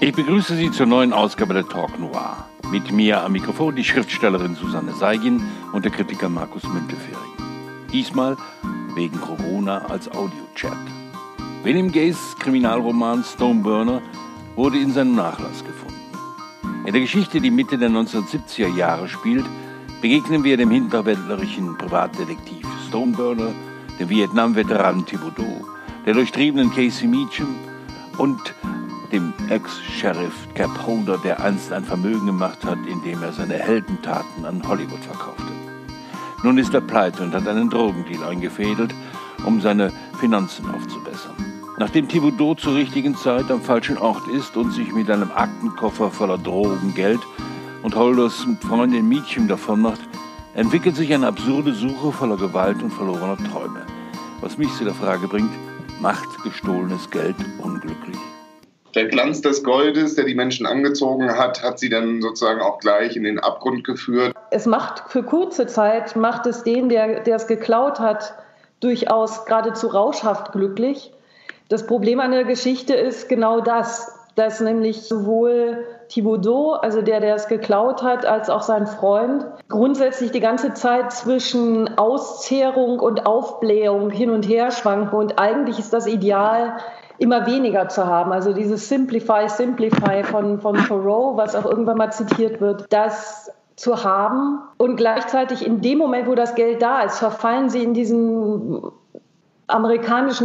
Ich begrüße Sie zur neuen Ausgabe der Talk Noir. Mit mir am Mikrofon die Schriftstellerin Susanne Seigin und der Kritiker Markus Müntefering. Diesmal wegen Corona als Audio-Chat. William Gays Kriminalroman Stoneburner wurde in seinem Nachlass gefunden. In der Geschichte, die Mitte der 1970er Jahre spielt, begegnen wir dem hinterwäldlerischen Privatdetektiv Stoneburner, dem Vietnam-Veteranen Thibodeau, der durchtriebenen Casey Meacham und dem Ex-Sheriff Cap Holder, der einst ein Vermögen gemacht hat, indem er seine Heldentaten an Hollywood verkaufte. Nun ist er pleite und hat einen Drogendeal eingefädelt, um seine Finanzen aufzubessern. Nachdem Thibodeau zur richtigen Zeit am falschen Ort ist und sich mit einem Aktenkoffer voller Drogen, Geld und Holders Freundin Meacham davonmacht, entwickelt sich eine absurde Suche voller Gewalt und verlorener Träume. Was mich zu der Frage bringt, macht gestohlenes Geld unglücklich? Der Glanz des Goldes, der die Menschen angezogen hat, hat sie dann sozusagen auch gleich in den Abgrund geführt. Es macht für kurze Zeit, macht es den, der es geklaut hat, durchaus geradezu rauschhaft glücklich. Das Problem an der Geschichte ist genau das, dass nämlich sowohl Thibodeau, also der es geklaut hat, als auch sein Freund, grundsätzlich die ganze Zeit zwischen Auszehrung und Aufblähung hin und her schwanken. Und eigentlich ist das Ideal, immer weniger zu haben. Also dieses Simplify von Thoreau, was auch irgendwann mal zitiert wird, das zu haben. Und gleichzeitig in dem Moment, wo das Geld da ist, verfallen sie in diesen amerikanischen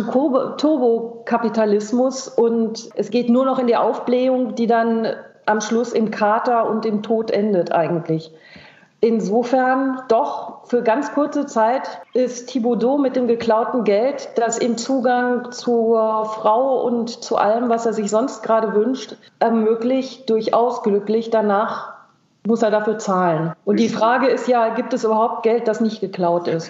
Turbokapitalismus und es geht nur noch in die Aufblähung, die dann am Schluss im Kater und im Tod endet eigentlich. Insofern doch für ganz kurze Zeit ist Thibodeau mit dem geklauten Geld, das ihm Zugang zur Frau und zu allem, was er sich sonst gerade wünscht, ermöglicht, durchaus glücklich. Danach muss er dafür zahlen. Und die Frage ist ja, gibt es überhaupt Geld, das nicht geklaut ist?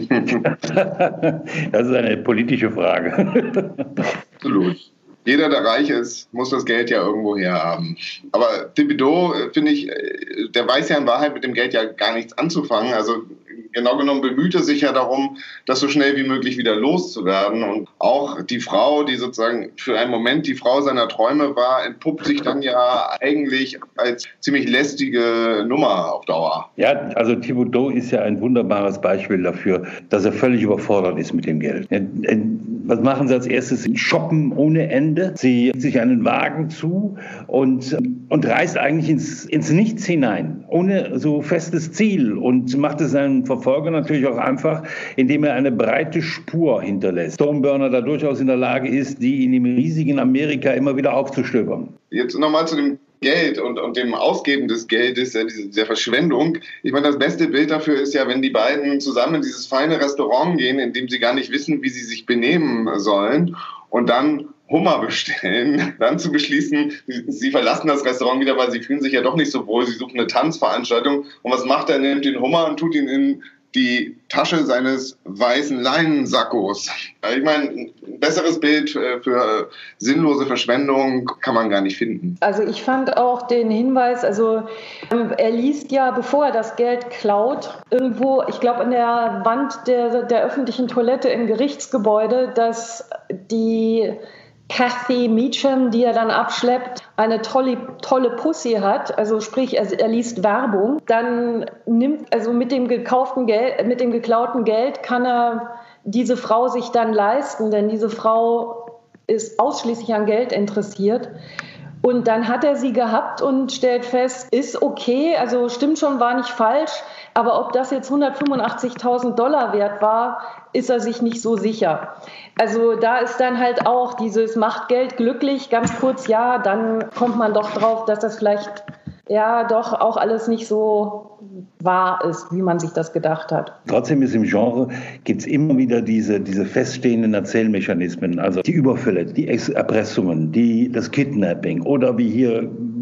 Das ist eine politische Frage. Absolut. Jeder, der reich ist, muss das Geld ja irgendwo herhaben. Aber Thibodeau, finde ich, der weiß ja in Wahrheit mit dem Geld ja gar nichts anzufangen. Also genau genommen bemüht er sich ja darum, das so schnell wie möglich wieder loszuwerden. Und auch die Frau, die sozusagen für einen Moment die Frau seiner Träume war, entpuppt sich dann ja eigentlich als ziemlich lästige Nummer auf Dauer. Ja, also Thibodeau ist ja ein wunderbares Beispiel dafür, dass er völlig überfordert ist mit dem Geld. Was machen sie als erstes? Sie shoppen ohne Ende. Sie legt sich einen Wagen zu und reist eigentlich ins Nichts hinein, ohne so festes Ziel und macht es seinen Verfolger natürlich auch einfach, indem er eine breite Spur hinterlässt. Stoneburner da durchaus in der Lage ist, die in dem riesigen Amerika immer wieder aufzustöbern. Jetzt nochmal zu dem Geld und dem Ausgeben des Geldes, dieser Verschwendung. Ich meine, das beste Bild dafür ist ja, wenn die beiden zusammen in dieses feine Restaurant gehen, in dem sie gar nicht wissen, wie sie sich benehmen sollen und dann Hummer bestellen, dann zu beschließen, sie verlassen das Restaurant wieder, weil sie fühlen sich ja doch nicht so wohl, sie suchen eine Tanzveranstaltung. Und was macht er? Er nimmt den Hummer und tut ihn in die Tasche seines weißen Leinensackos. Ich meine, ein besseres Bild für sinnlose Verschwendung kann man gar nicht finden. Also ich fand auch den Hinweis, also er liest ja, bevor er das Geld klaut, irgendwo, ich glaube an der Wand der öffentlichen Toilette im Gerichtsgebäude, dass die Cathy Meacham, die er dann abschleppt, eine tolle Pussy hat, also sprich, er liest Werbung, dann mit dem geklauten Geld kann er diese Frau sich dann leisten, denn diese Frau ist ausschließlich an Geld interessiert. Und dann hat er sie gehabt und stellt fest, ist okay, also stimmt schon, war nicht falsch, aber ob das jetzt $185.000 wert war, ist er sich nicht so sicher. Also da ist dann halt auch dieses macht Geld glücklich, ganz kurz, ja, dann kommt man doch drauf, dass das vielleicht ja doch auch alles nicht so wahr ist, wie man sich das gedacht hat. Trotzdem ist im Genre, gibt es immer wieder diese feststehenden Erzählmechanismen, also die Überfälle, die Erpressungen, das Kidnapping oder wie hier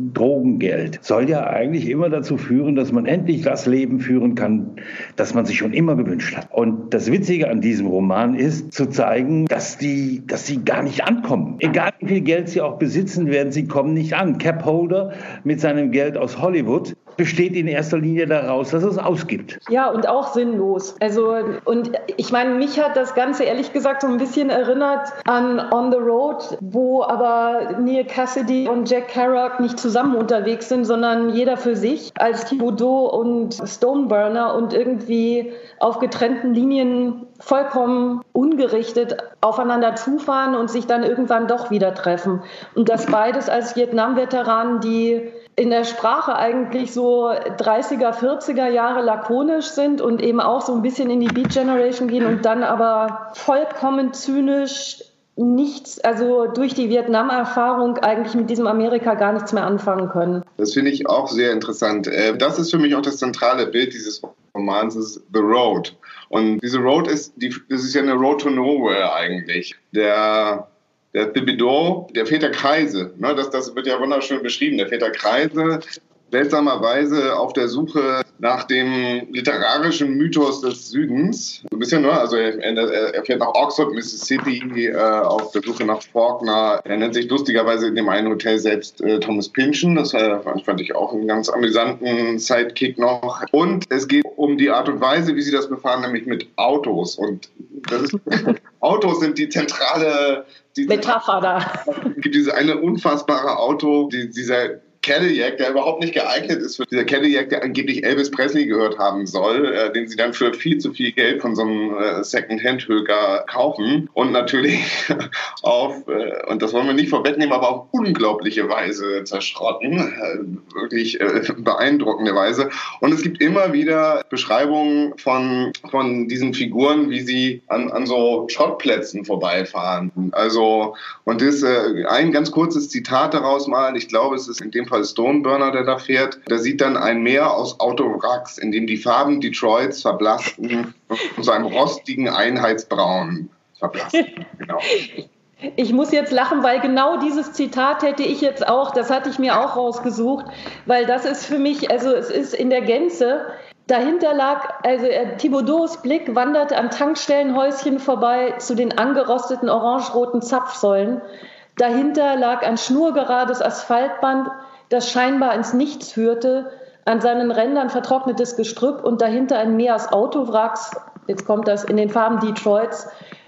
Drogengeld soll ja eigentlich immer dazu führen, dass man endlich das Leben führen kann, das man sich schon immer gewünscht hat. Und das Witzige an diesem Roman ist, zu zeigen, dass sie gar nicht ankommen. Egal wie viel Geld sie auch besitzen werden, sie kommen nicht an. Cap Holder mit seinem Geld aus Hollywood besteht in erster Linie daraus, dass es ausgibt. Ja, und auch sinnlos. Also, und ich meine, mich hat das Ganze ehrlich gesagt so ein bisschen erinnert an On the Road, wo aber Neil Cassidy und Jack Kerouac nicht zusammen unterwegs sind, sondern jeder für sich als Thibodeau und Stoneburner und irgendwie auf getrennten Linien vollkommen ungerichtet aufeinander zufahren und sich dann irgendwann doch wieder treffen. Und das beides als Vietnam-Veteranen, die in der Sprache eigentlich so 30er, 40er Jahre lakonisch sind und eben auch so ein bisschen in die Beat Generation gehen und dann aber vollkommen zynisch nichts, also durch die Vietnam-Erfahrung eigentlich mit diesem Amerika gar nichts mehr anfangen können. Das finde ich auch sehr interessant. Das ist für mich auch das zentrale Bild dieses Romans, ist The Road. Und diese Road das ist ja eine Road to Nowhere eigentlich. Der Thibodeau, der fährt ja Kreise, ne? Das wird ja wunderschön beschrieben. Der fährt ja Kreise, seltsamerweise auf der Suche nach dem literarischen Mythos des Südens. Ein bisschen, ne? Also er fährt nach Oxford, Mississippi, auf der Suche nach Faulkner. Er nennt sich lustigerweise in dem einen Hotel selbst Thomas Pynchon. Das fand ich auch einen ganz amüsanten Sidekick noch. Und es geht um die Art und Weise, wie sie das befahren, nämlich mit Autos. Und Autos sind die zentrale Metapher da. Es gibt dieses eine unfassbare Auto, dieser Cadillac, der überhaupt nicht geeignet ist für dieser Cadillac, der angeblich Elvis Presley gehört haben soll, den sie dann für viel zu viel Geld von so einem Second-Hand-Höker kaufen und natürlich und das wollen wir nicht vorwegnehmen, aber auf unglaubliche Weise zerschrotten, wirklich beeindruckende Weise. Und es gibt immer wieder Beschreibungen von diesen Figuren, wie sie an so Schrottplätzen vorbeifahren. Also, und das ein ganz kurzes Zitat daraus mal, ich glaube, es ist in dem Fall Stoneburner, der da fährt. Da sieht dann ein Meer aus Autowracks, in dem die Farben Detroits verblassten und zu einem rostigen Einheitsbraun verblassten. Genau. Ich muss jetzt lachen, weil genau dieses Zitat hätte ich jetzt auch, das hatte ich mir auch rausgesucht, weil das ist für mich, also es ist in der Gänze, dahinter lag, also Thibodeaus Blick wanderte am Tankstellenhäuschen vorbei zu den angerosteten orange-roten Zapfsäulen. Dahinter lag ein schnurgerades Asphaltband, das scheinbar ins Nichts führte, an seinen Rändern vertrocknetes Gestrüpp und dahinter ein Meer aus Autowracks, jetzt kommt das, in den Farben Detroits,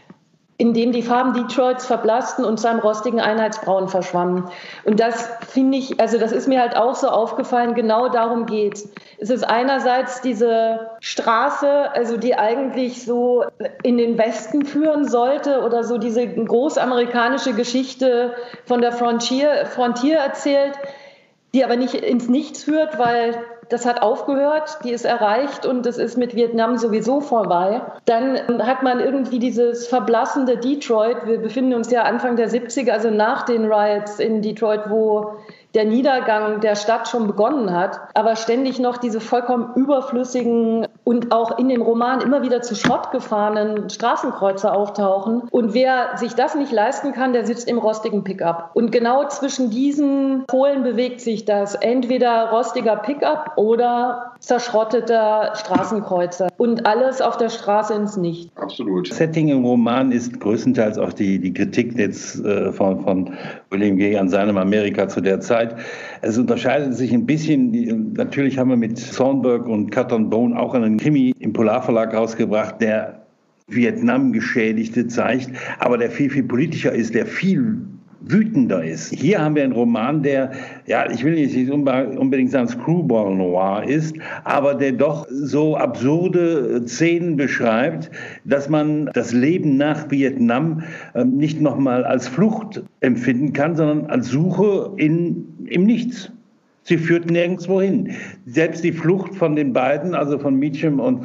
in dem die Farben Detroits verblassten und zu einem rostigen Einheitsbraun verschwammen. Und das finde ich, also das ist mir halt auch so aufgefallen, genau darum geht's. Es ist einerseits diese Straße, also die eigentlich so in den Westen führen sollte oder so diese großamerikanische Geschichte von der Frontier erzählt, die aber nicht ins Nichts führt, weil das hat aufgehört, die ist erreicht und es ist mit Vietnam sowieso vorbei. Dann hat man irgendwie dieses verblassende Detroit. Wir befinden uns ja Anfang der 70er, also nach den Riots in Detroit, wo der Niedergang der Stadt schon begonnen hat, aber ständig noch diese vollkommen überflüssigen und auch in dem Roman immer wieder zu Schrott gefahrenen Straßenkreuzer auftauchen. Und wer sich das nicht leisten kann, der sitzt im rostigen Pickup. Und genau zwischen diesen Polen bewegt sich das. Entweder rostiger Pickup oder zerschrotteter Straßenkreuzer. Und alles auf der Straße ins Nichts. Absolut. Das Setting im Roman ist größtenteils auch die Kritik jetzt von William Gay an seinem Amerika zu der Zeit. Es unterscheidet sich ein bisschen. Natürlich haben wir mit Thornburg und Cut and Bone auch einen Krimi im Polarverlag rausgebracht, der Vietnam-Geschädigte zeigt, aber der viel, viel politischer ist, der viel wütender ist. Hier haben wir einen Roman, der, ja, ich will nicht unbedingt sagen Screwball Noir ist, aber der doch so absurde Szenen beschreibt, dass man das Leben nach Vietnam nicht nochmal als Flucht empfinden kann, sondern als Suche im Nichts. Sie führt nirgendwo hin. Selbst die Flucht von den beiden, also von Meacham und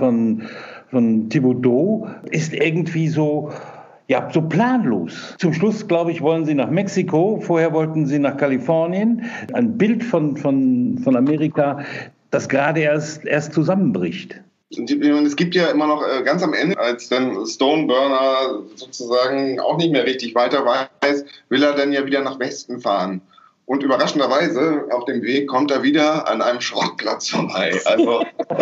von Thibodeau, ist irgendwie so planlos. Zum Schluss, glaube ich, wollen sie nach Mexiko. Vorher wollten sie nach Kalifornien. Ein Bild von Amerika, das gerade erst zusammenbricht. Und es gibt ja immer noch ganz am Ende, als dann Stoneburner sozusagen auch nicht mehr richtig weiter weiß, will er dann ja wieder nach Westen fahren. Und überraschenderweise auf dem Weg kommt er wieder an einem Schrottplatz vorbei. Also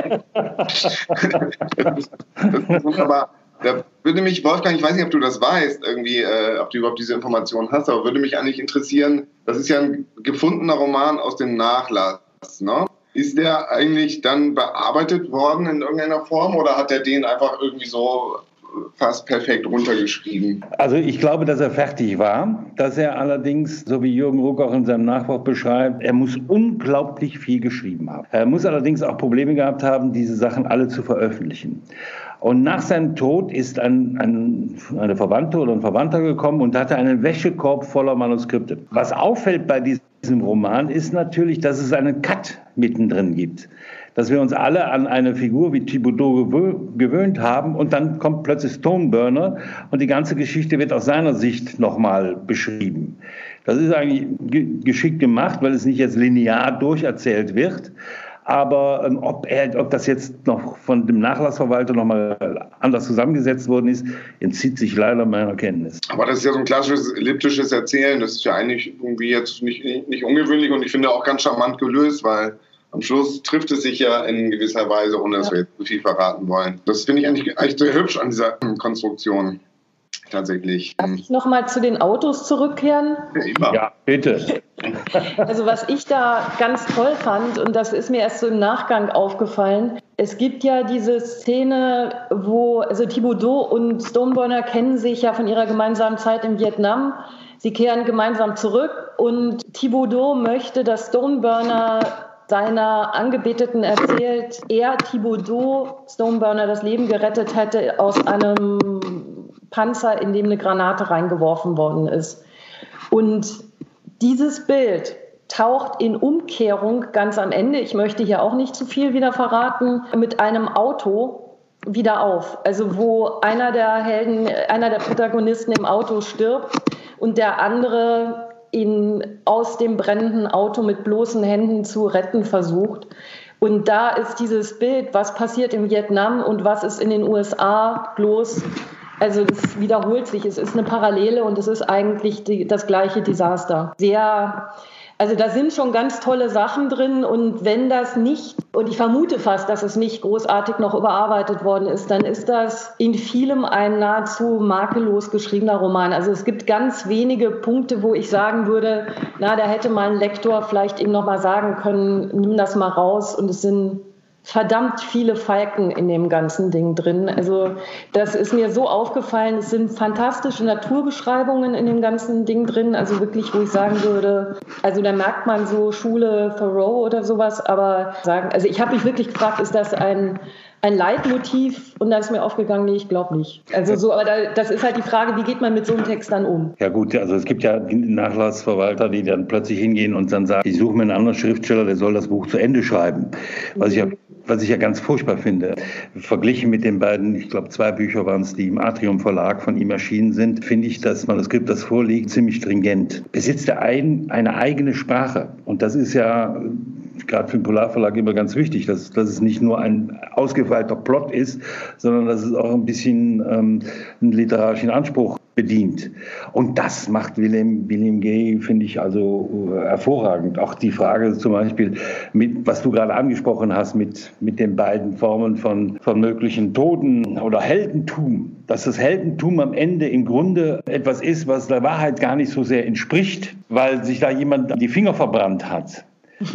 das ist wunderbar. Da würde mich, Wolfgang, ich weiß nicht, ob du das weißt, irgendwie, ob du überhaupt diese Informationen hast, aber würde mich eigentlich interessieren, das ist ja ein gefundener Roman aus dem Nachlass, ne? Ist der eigentlich dann bearbeitet worden in irgendeiner Form oder hat er den einfach irgendwie so fast perfekt runtergeschrieben? Also ich glaube, dass er fertig war, dass er allerdings, so wie Jürgen Ruck auch in seinem Nachwort beschreibt, er muss unglaublich viel geschrieben haben. Er muss allerdings auch Probleme gehabt haben, diese Sachen alle zu veröffentlichen. Und nach seinem Tod ist eine Verwandte oder ein Verwandter gekommen und hatte einen Wäschekorb voller Manuskripte. Was auffällt bei diesem Roman ist natürlich, dass es einen Cut mittendrin gibt. Dass wir uns alle an eine Figur wie Thibodeau gewöhnt haben und dann kommt plötzlich Stoneburner und die ganze Geschichte wird aus seiner Sicht nochmal beschrieben. Das ist eigentlich geschickt gemacht, weil es nicht jetzt linear durcherzählt wird. Aber ob das jetzt noch von dem Nachlassverwalter nochmal anders zusammengesetzt worden ist, entzieht sich leider meiner Kenntnis. Aber das ist ja so ein klassisches elliptisches Erzählen. Das ist ja eigentlich irgendwie jetzt nicht ungewöhnlich und ich finde auch ganz charmant gelöst, weil am Schluss trifft es sich ja in gewisser Weise, ohne dass wir jetzt zu viel verraten wollen. Das finde ich eigentlich echt sehr hübsch an dieser Konstruktion. Tatsächlich. Darf ich noch mal zu den Autos zurückkehren? Ja, bitte. Also was ich da ganz toll fand, und das ist mir erst so im Nachgang aufgefallen, es gibt ja diese Szene, wo, also Thibodeau und Stoneburner kennen sich ja von ihrer gemeinsamen Zeit in Vietnam. Sie kehren gemeinsam zurück und Thibodeau möchte, dass Stoneburner seiner Angebeteten erzählt, er, Thibodeau, Stoneburner das Leben gerettet hätte aus einem Panzer, in dem eine Granate reingeworfen worden ist. Und dieses Bild taucht in Umkehrung ganz am Ende, ich möchte hier auch nicht zu viel wieder verraten, mit einem Auto wieder auf. Also wo einer der Helden, einer der Protagonisten im Auto stirbt und der andere ihn aus dem brennenden Auto mit bloßen Händen zu retten versucht. Und da ist dieses Bild, was passiert in Vietnam und was ist in den USA los. Also das wiederholt sich, es ist eine Parallele und es ist eigentlich das gleiche Desaster. Also da sind schon ganz tolle Sachen drin und wenn das nicht, und ich vermute fast, dass es nicht großartig noch überarbeitet worden ist, dann ist das in vielem ein nahezu makellos geschriebener Roman. Also es gibt ganz wenige Punkte, wo ich sagen würde, da hätte mal ein Lektor vielleicht ihm noch mal sagen können, nimm das mal raus, und es sind verdammt viele Falken in dem ganzen Ding drin. Also das ist mir so aufgefallen. Es sind fantastische Naturbeschreibungen in dem ganzen Ding drin. Also wirklich, wo ich sagen würde, also da merkt man so Schule Thoreau oder sowas. Aber also ich habe mich wirklich gefragt, ist das ein Leitmotiv? Und da ist mir aufgegangen, nee, ich glaube nicht. Also so, aber das ist halt die Frage, wie geht man mit so einem Text dann um? Ja gut, also es gibt ja Nachlassverwalter, die dann plötzlich hingehen und dann sagen, ich suche mir einen anderen Schriftsteller, der soll das Buch zu Ende schreiben. Was ich ja ganz furchtbar finde. Verglichen mit den beiden, ich glaube 2 Bücher waren es, die im Atrium Verlag von ihm erschienen sind, finde ich das Manuskript, das vorliegt, ziemlich stringent. Besitzt er eine eigene Sprache. Und das ist ja gerade für den Polarverlag immer ganz wichtig, dass es nicht nur ein ausgefeilter Plot ist, sondern dass es auch ein bisschen einen literarischen Anspruch bedient. Und das macht William Gay, finde ich, also hervorragend. Auch die Frage zum Beispiel, was du gerade angesprochen hast, mit den beiden Formen von möglichen Toten oder Heldentum. Dass das Heldentum am Ende im Grunde etwas ist, was der Wahrheit gar nicht so sehr entspricht, weil sich da jemand die Finger verbrannt hat.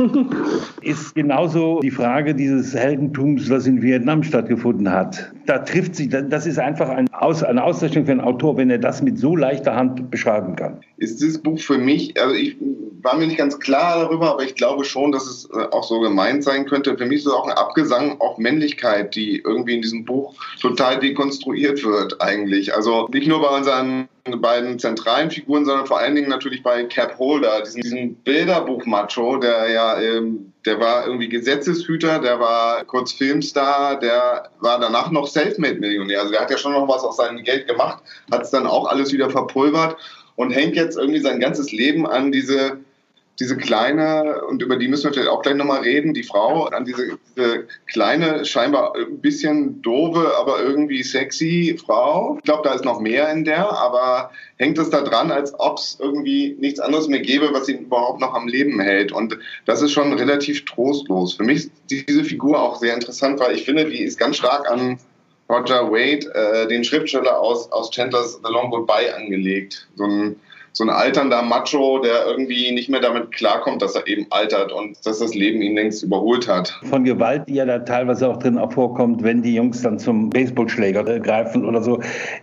Ist genauso die Frage dieses Heldentums, das in Vietnam stattgefunden hat. Da trifft sich, das ist einfach eine Auszeichnung für einen Autor, wenn er das mit so leichter Hand beschreiben kann. Ist das Buch für mich, also ich war mir nicht ganz klar darüber, aber ich glaube schon, dass es auch so gemeint sein könnte. Für mich ist es auch ein Abgesang auf Männlichkeit, die irgendwie in diesem Buch total dekonstruiert wird eigentlich. Also nicht nur bei unseren beiden zentralen Figuren, sondern vor allen Dingen natürlich bei Cap Holder, diesen Bilderbuch-Macho, der war irgendwie Gesetzeshüter, der war kurz Filmstar, der war danach noch Selfmade-Millionär. Also der hat ja schon noch was aus seinem Geld gemacht, hat es dann auch alles wieder verpulvert und hängt jetzt irgendwie sein ganzes Leben an diese diese kleine, und über die müssen wir vielleicht auch gleich nochmal reden, die Frau, an diese kleine, scheinbar ein bisschen doofe, aber irgendwie sexy Frau. Ich glaube, da ist noch mehr in der, aber hängt es da dran, als ob es irgendwie nichts anderes mehr gäbe, was ihn überhaupt noch am Leben hält. Und das ist schon relativ trostlos. Für mich ist diese Figur auch sehr interessant, weil ich finde, die ist ganz stark an Roger Wade, den Schriftsteller aus Chandler's The Long Goodbye, angelegt. So ein alternder Macho, der irgendwie nicht mehr damit klarkommt, dass er eben altert und dass das Leben ihn längst überholt hat. Von Gewalt, die ja da teilweise auch drin vorkommt, wenn die Jungs dann zum Baseballschläger greifen oder so,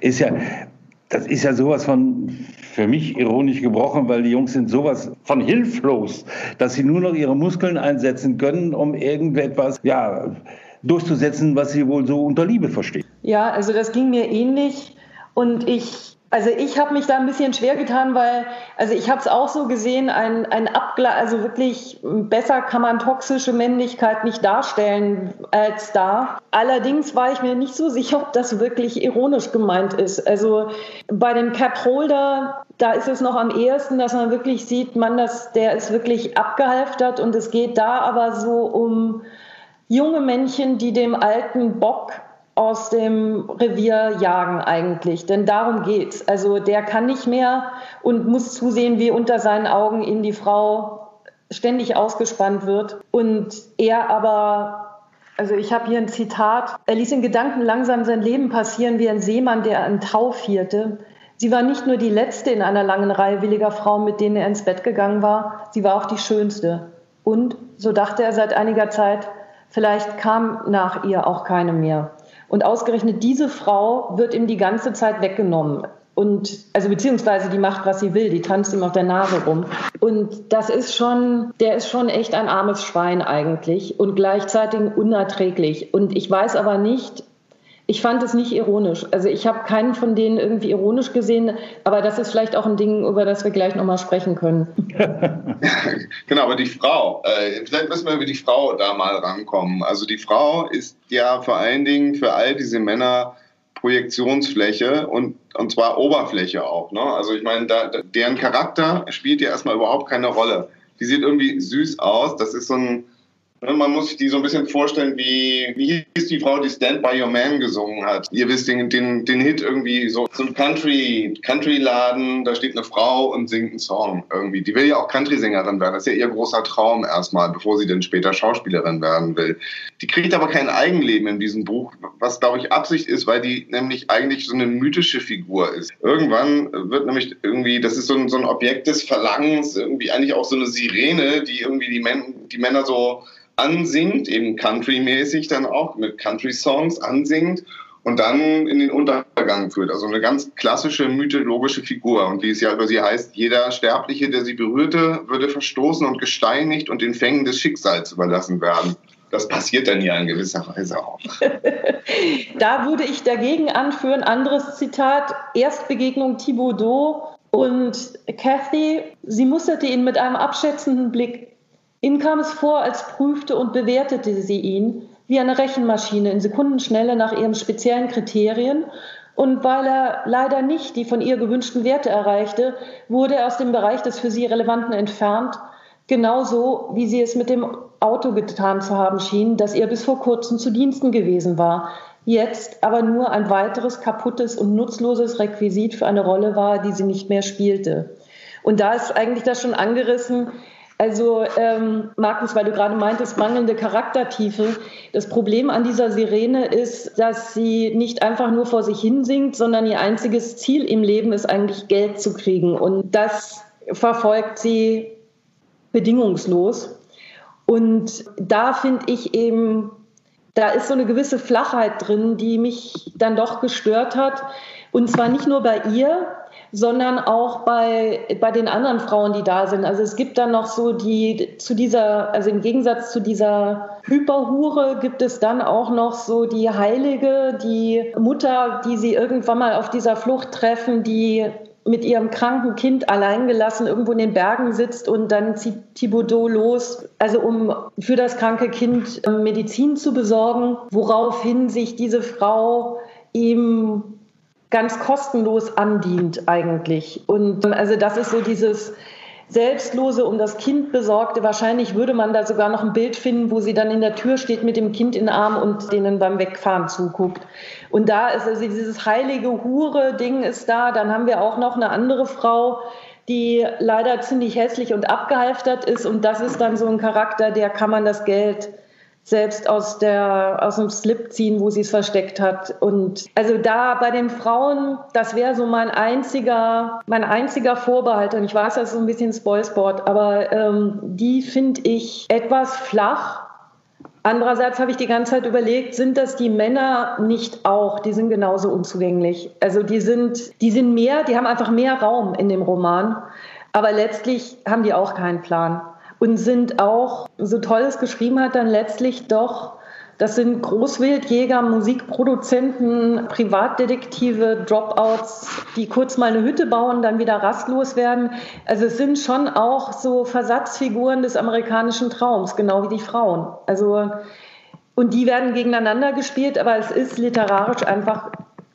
das ist ja sowas von, für mich ironisch gebrochen, weil die Jungs sind sowas von hilflos, dass sie nur noch ihre Muskeln einsetzen können, um irgendetwas, durchzusetzen, was sie wohl so unter Liebe verstehen. Ja, also das ging mir ähnlich und ich habe mich da ein bisschen schwer getan, weil, ich habe es auch so gesehen, ein Abgleich, also wirklich besser kann man toxische Männlichkeit nicht darstellen als da. Allerdings war ich mir nicht so sicher, ob das wirklich ironisch gemeint ist. Also bei dem Cap-Holder, da ist es noch am ehesten, dass man wirklich sieht, der ist wirklich abgehalftert und es geht da aber so um junge Männchen, die dem alten Bock aus dem Revier jagen eigentlich, denn darum geht's. Also der kann nicht mehr und muss zusehen, wie unter seinen Augen ihm die Frau ständig ausgespannt wird. Und er aber, ich habe hier ein Zitat, er ließ in Gedanken langsam sein Leben passieren wie ein Seemann, der einen Tau vierte. Sie war nicht nur die letzte in einer langen Reihe williger Frauen, mit denen er ins Bett gegangen war, sie war auch die schönste. Und, so dachte er seit einiger Zeit, vielleicht kam nach ihr auch keine mehr. Und ausgerechnet diese Frau wird ihm die ganze Zeit weggenommen. Beziehungsweise die macht, was sie will, die tanzt ihm auf der Nase rum. Und der ist schon echt ein armes Schwein eigentlich und gleichzeitig unerträglich. Und ich weiß aber nicht, ich fand es nicht ironisch. Also ich habe keinen von denen irgendwie ironisch gesehen, aber das ist vielleicht auch ein Ding, über das wir gleich nochmal sprechen können. Genau, aber die Frau, vielleicht müssen wir über die Frau da mal rankommen. Also die Frau ist ja vor allen Dingen für all diese Männer Projektionsfläche und zwar Oberfläche auch. Ne? Also ich meine, deren Charakter spielt ja erstmal überhaupt keine Rolle. Die sieht irgendwie süß aus, das ist so ein, man muss sich die so ein bisschen vorstellen, wie hieß die Frau, die Stand By Your Man gesungen hat. Ihr wisst den Hit irgendwie so zum Country-Laden, da steht eine Frau und singt einen Song irgendwie. Die will ja auch Country-Sängerin werden, das ist ja ihr großer Traum erstmal, bevor sie dann später Schauspielerin werden will. Die kriegt aber kein Eigenleben in diesem Buch, was glaube ich Absicht ist, weil die nämlich eigentlich so eine mythische Figur ist. Irgendwann wird nämlich irgendwie, das ist so ein Objekt des Verlangens, irgendwie eigentlich auch so eine Sirene, die irgendwie die Männer so ansingt, eben country-mäßig dann auch mit Country-Songs ansingt und dann in den Untergang führt. Also eine ganz klassische mythologische Figur. Und wie es ja über sie heißt, jeder Sterbliche, der sie berührte, würde verstoßen und gesteinigt und den Fängen des Schicksals überlassen werden. Das passiert dann ja in gewisser Weise auch. Da würde ich dagegen anführen, anderes Zitat, Erstbegegnung Thibaudot und Cathy, sie musterte ihn mit einem abschätzenden Blick. Ihnen kam es vor, als prüfte und bewertete sie ihn wie eine Rechenmaschine in Sekundenschnelle nach ihren speziellen Kriterien. Und weil er leider nicht die von ihr gewünschten Werte erreichte, wurde er aus dem Bereich des für sie Relevanten entfernt, genauso wie sie es mit dem Auto getan zu haben schien, das ihr bis vor kurzem zu Diensten gewesen war, jetzt aber nur ein weiteres kaputtes und nutzloses Requisit für eine Rolle war, die sie nicht mehr spielte. Und da ist eigentlich das schon angerissen. Also Markus, weil du gerade meintest, mangelnde Charaktertiefe. Das Problem an dieser Sirene ist, dass sie nicht einfach nur vor sich hin singt, sondern ihr einziges Ziel im Leben ist eigentlich Geld zu kriegen. Und das verfolgt sie bedingungslos. Und da finde ich eben, da ist so eine gewisse Flachheit drin, die mich dann doch gestört hat. Und zwar nicht nur bei ihr, sondern auch bei den anderen Frauen, die da sind. Also es gibt dann noch so also im Gegensatz zu dieser Hyperhure gibt es dann auch noch so die Heilige, die Mutter, die sie irgendwann mal auf dieser Flucht treffen, die mit ihrem kranken Kind alleingelassen irgendwo in den Bergen sitzt und dann zieht Thibaudot los, also um für das kranke Kind Medizin zu besorgen, woraufhin sich diese Frau ihm ganz kostenlos andient eigentlich. Und also das ist so dieses, selbstlose, um das Kind besorgte. Wahrscheinlich würde man da sogar noch ein Bild finden, wo sie dann in der Tür steht mit dem Kind in den Arm und denen beim Wegfahren zuguckt. Und da ist also dieses heilige Hure-Ding ist da. Dann haben wir auch noch eine andere Frau, die leider ziemlich hässlich und abgehalftert ist. Und das ist dann so ein Charakter, der kann man das Geld selbst aus dem Slip ziehen, wo sie es versteckt hat. Und also da bei den Frauen, das wäre so mein einziger Vorbehalt. Und ich weiß, das ist so ein bisschen Spoilsport, aber die finde ich etwas flach. Andererseits habe ich die ganze Zeit überlegt, sind das die Männer nicht auch? Die sind genauso unzugänglich. Also die haben einfach mehr Raum in dem Roman. Aber letztlich haben die auch keinen Plan. Und sind auch, so toll es geschrieben hat, dann letztlich doch, das sind Großwildjäger, Musikproduzenten, Privatdetektive, Dropouts, die kurz mal eine Hütte bauen, dann wieder rastlos werden. Also es sind schon auch so Versatzfiguren des amerikanischen Traums, genau wie die Frauen. Also, und die werden gegeneinander gespielt, aber es ist literarisch einfach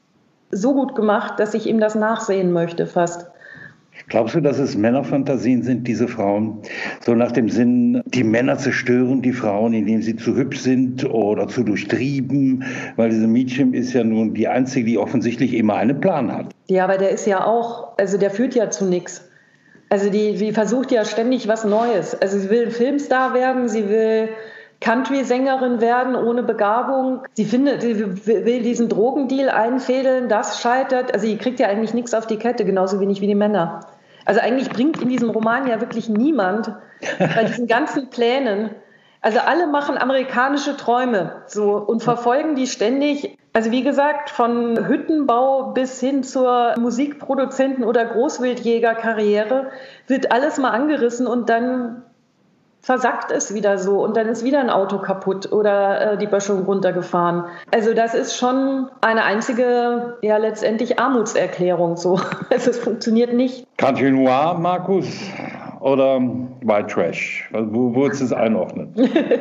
so gut gemacht, dass ich ihm das nachsehen möchte fast. Glaubst du, dass es Männerfantasien sind, diese Frauen? So nach dem Sinn, die Männer zerstören die Frauen, indem sie zu hübsch sind oder zu durchtrieben? Weil diese Mädchen ist ja nun die Einzige, die offensichtlich immer einen Plan hat. Ja, aber der ist ja auch, also der führt ja zu nichts. Also die versucht ja ständig was Neues. Also sie will Filmstar werden, sie will Country-Sängerin werden ohne Begabung. Sie will diesen Drogendeal einfädeln, das scheitert. Also sie kriegt ja eigentlich nichts auf die Kette, genauso wenig wie die Männer. Also eigentlich bringt in diesem Roman ja wirklich niemand bei diesen ganzen Plänen. Also alle machen amerikanische Träume so und verfolgen die ständig. Also wie gesagt, von Hüttenbau bis hin zur Musikproduzenten- oder Großwildjägerkarriere wird alles mal angerissen und dann versackt es wieder so und dann ist wieder ein Auto kaputt oder die Böschung runtergefahren. Also das ist schon eine einzige, ja letztendlich Armutserklärung so. Also es funktioniert nicht. Country Noir, Markus, oder White Trash? Wo würdest du es einordnen?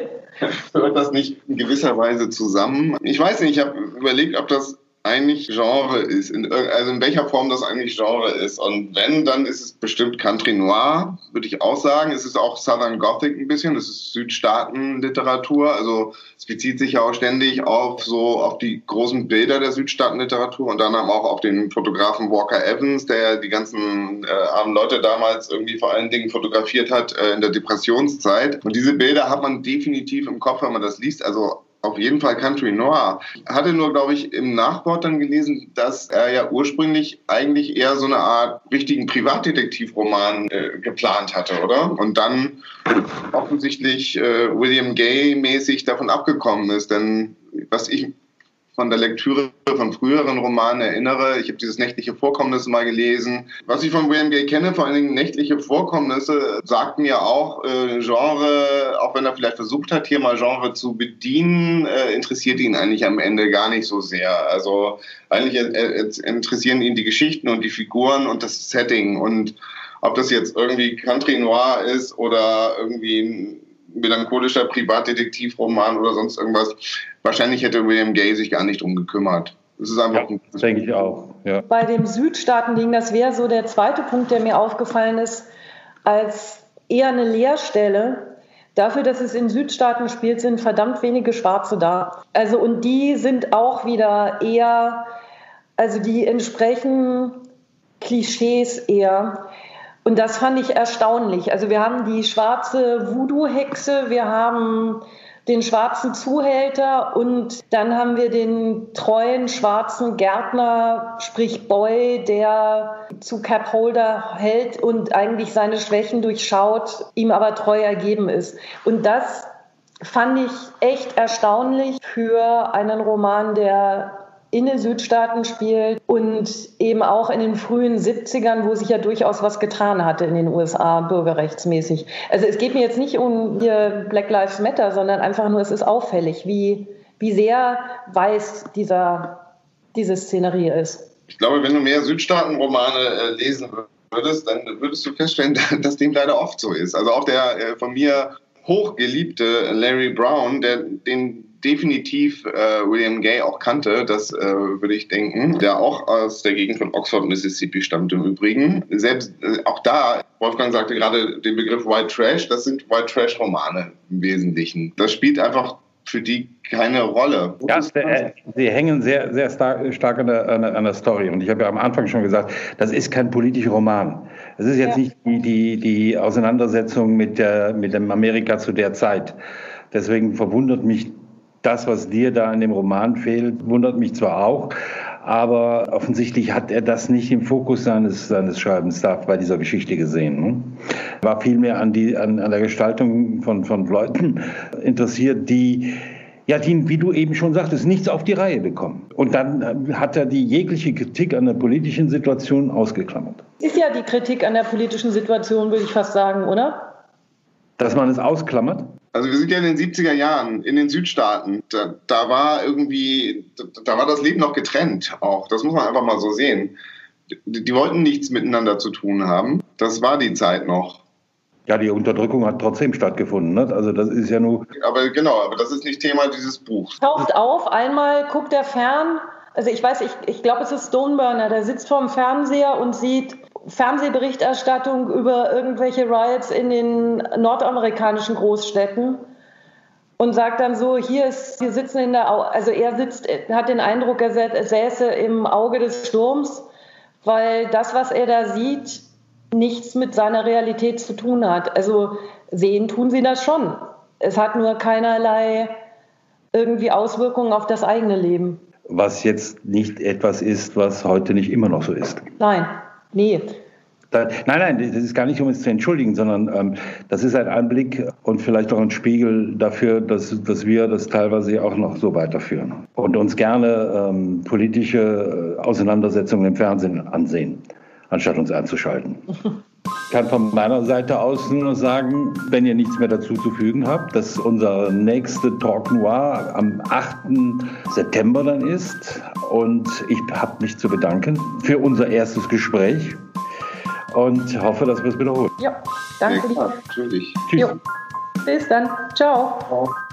Hört das nicht in gewisser Weise zusammen? Ich weiß nicht, ich habe überlegt, ob das eigentlich Genre ist, also in welcher Form das eigentlich Genre ist. Und wenn, dann ist es bestimmt Country Noir, würde ich auch sagen. Es ist auch Southern Gothic ein bisschen, das ist Südstaatenliteratur. Also es bezieht sich ja auch ständig auf die großen Bilder der Südstaatenliteratur und dann auch auf den Fotografen Walker Evans, der die ganzen armen Leute damals irgendwie vor allen Dingen fotografiert hat in der Depressionszeit. Und diese Bilder hat man definitiv im Kopf, wenn man das liest. Also auf jeden Fall Country Noir. Hatte nur, glaube ich, im Nachwort dann gelesen, dass er ja ursprünglich eigentlich eher so eine Art richtigen Privatdetektivroman geplant hatte, oder? Und dann offensichtlich William Gay-mäßig davon abgekommen ist. Denn was ich von der Lektüre von früheren Romanen erinnere. Ich habe dieses Nächtliche Vorkommnisse mal gelesen. Was ich von William Gay kenne, vor allen Dingen Nächtliche Vorkommnisse, sagt mir auch, Genre, auch wenn er vielleicht versucht hat, hier mal Genre zu bedienen, interessiert ihn eigentlich am Ende gar nicht so sehr. Also eigentlich interessieren ihn die Geschichten und die Figuren und das Setting. Und ob das jetzt irgendwie Country Noir ist oder irgendwie ein melancholischer Privatdetektivroman oder sonst irgendwas. Wahrscheinlich hätte William Gay sich gar nicht drum gekümmert. Das ist einfach das denke ich auch. Ja. Bei dem Südstaaten-Ding, das wäre so der zweite Punkt, der mir aufgefallen ist, als eher eine Leerstelle. Dafür, dass es in Südstaaten spielt, sind verdammt wenige Schwarze da. Also und die sind auch wieder eher, also die entsprechen Klischees eher. Und das fand ich erstaunlich. Also wir haben die schwarze Voodoo-Hexe, wir haben den schwarzen Zuhälter und dann haben wir den treuen schwarzen Gärtner, sprich Boy, der zu Cap Holder hält und eigentlich seine Schwächen durchschaut, ihm aber treu ergeben ist. Und das fand ich echt erstaunlich für einen Roman, der in den Südstaaten spielt und eben auch in den frühen 70ern, wo sich ja durchaus was getan hatte in den USA bürgerrechtsmäßig. Also es geht mir jetzt nicht um hier Black Lives Matter, sondern einfach nur, es ist auffällig, wie sehr weiß diese Szenerie ist. Ich glaube, wenn du mehr Südstaatenromane lesen würdest, dann würdest du feststellen, dass dem leider oft so ist. Also auch der von mir hochgeliebte Larry Brown, den definitiv William Gay auch kannte, das würde ich denken, der auch aus der Gegend von Oxford, Mississippi stammt im Übrigen. Selbst auch da, Wolfgang sagte gerade den Begriff White Trash, das sind White Trash-Romane im Wesentlichen. Das spielt einfach für die keine Rolle. Ja, sie hängen sehr, sehr stark an der Story. Und ich habe ja am Anfang schon gesagt, das ist kein politischer Roman. Es ist jetzt nicht die Auseinandersetzung mit dem Amerika zu der Zeit. Deswegen verwundert mich das, was dir da in dem Roman fehlt, wundert mich zwar auch, aber offensichtlich hat er das nicht im Fokus seines Schreibens da bei dieser Geschichte gesehen. Ne? War vielmehr an der Gestaltung von Leuten interessiert, die, wie du eben schon sagtest, nichts auf die Reihe bekommen. Und dann hat er die jegliche Kritik an der politischen Situation ausgeklammert. Ist ja die Kritik an der politischen Situation, würde ich fast sagen, oder? Dass man es ausklammert? Also wir sind ja in den 70er Jahren in den Südstaaten. Da war das Leben noch getrennt auch. Das muss man einfach mal so sehen. Die wollten nichts miteinander zu tun haben. Das war die Zeit noch. Ja, die Unterdrückung hat trotzdem stattgefunden. Ne? Also das ist ja nur... Aber das ist nicht Thema dieses Buchs. Taucht auf, einmal guckt er fern. Also ich glaube, es ist Stoneburner. Der sitzt vorm Fernseher und sieht Fernsehberichterstattung über irgendwelche Riots in den nordamerikanischen Großstädten und sagt dann so, er hat den Eindruck, er säße im Auge des Sturms, weil das, was er da sieht, nichts mit seiner Realität zu tun hat. Also sehen tun sie das schon. Es hat nur keinerlei irgendwie Auswirkungen auf das eigene Leben. Was jetzt nicht etwas ist, was heute nicht immer noch so ist. Nein. Nee. Nein, das ist gar nicht, um es zu entschuldigen, sondern das ist ein Einblick und vielleicht auch ein Spiegel dafür, dass wir das teilweise auch noch so weiterführen und uns gerne politische Auseinandersetzungen im Fernsehen ansehen, anstatt uns einzuschalten. Ich kann von meiner Seite aus nur sagen, wenn ihr nichts mehr dazu zu fügen habt, dass unser nächster Talk Noir am 8. September dann ist. Und ich habe mich zu bedanken für unser erstes Gespräch und hoffe, dass wir es wiederholen. Ja, danke. Ja, natürlich. Tschüss. Jo. Bis dann. Ciao. Ciao.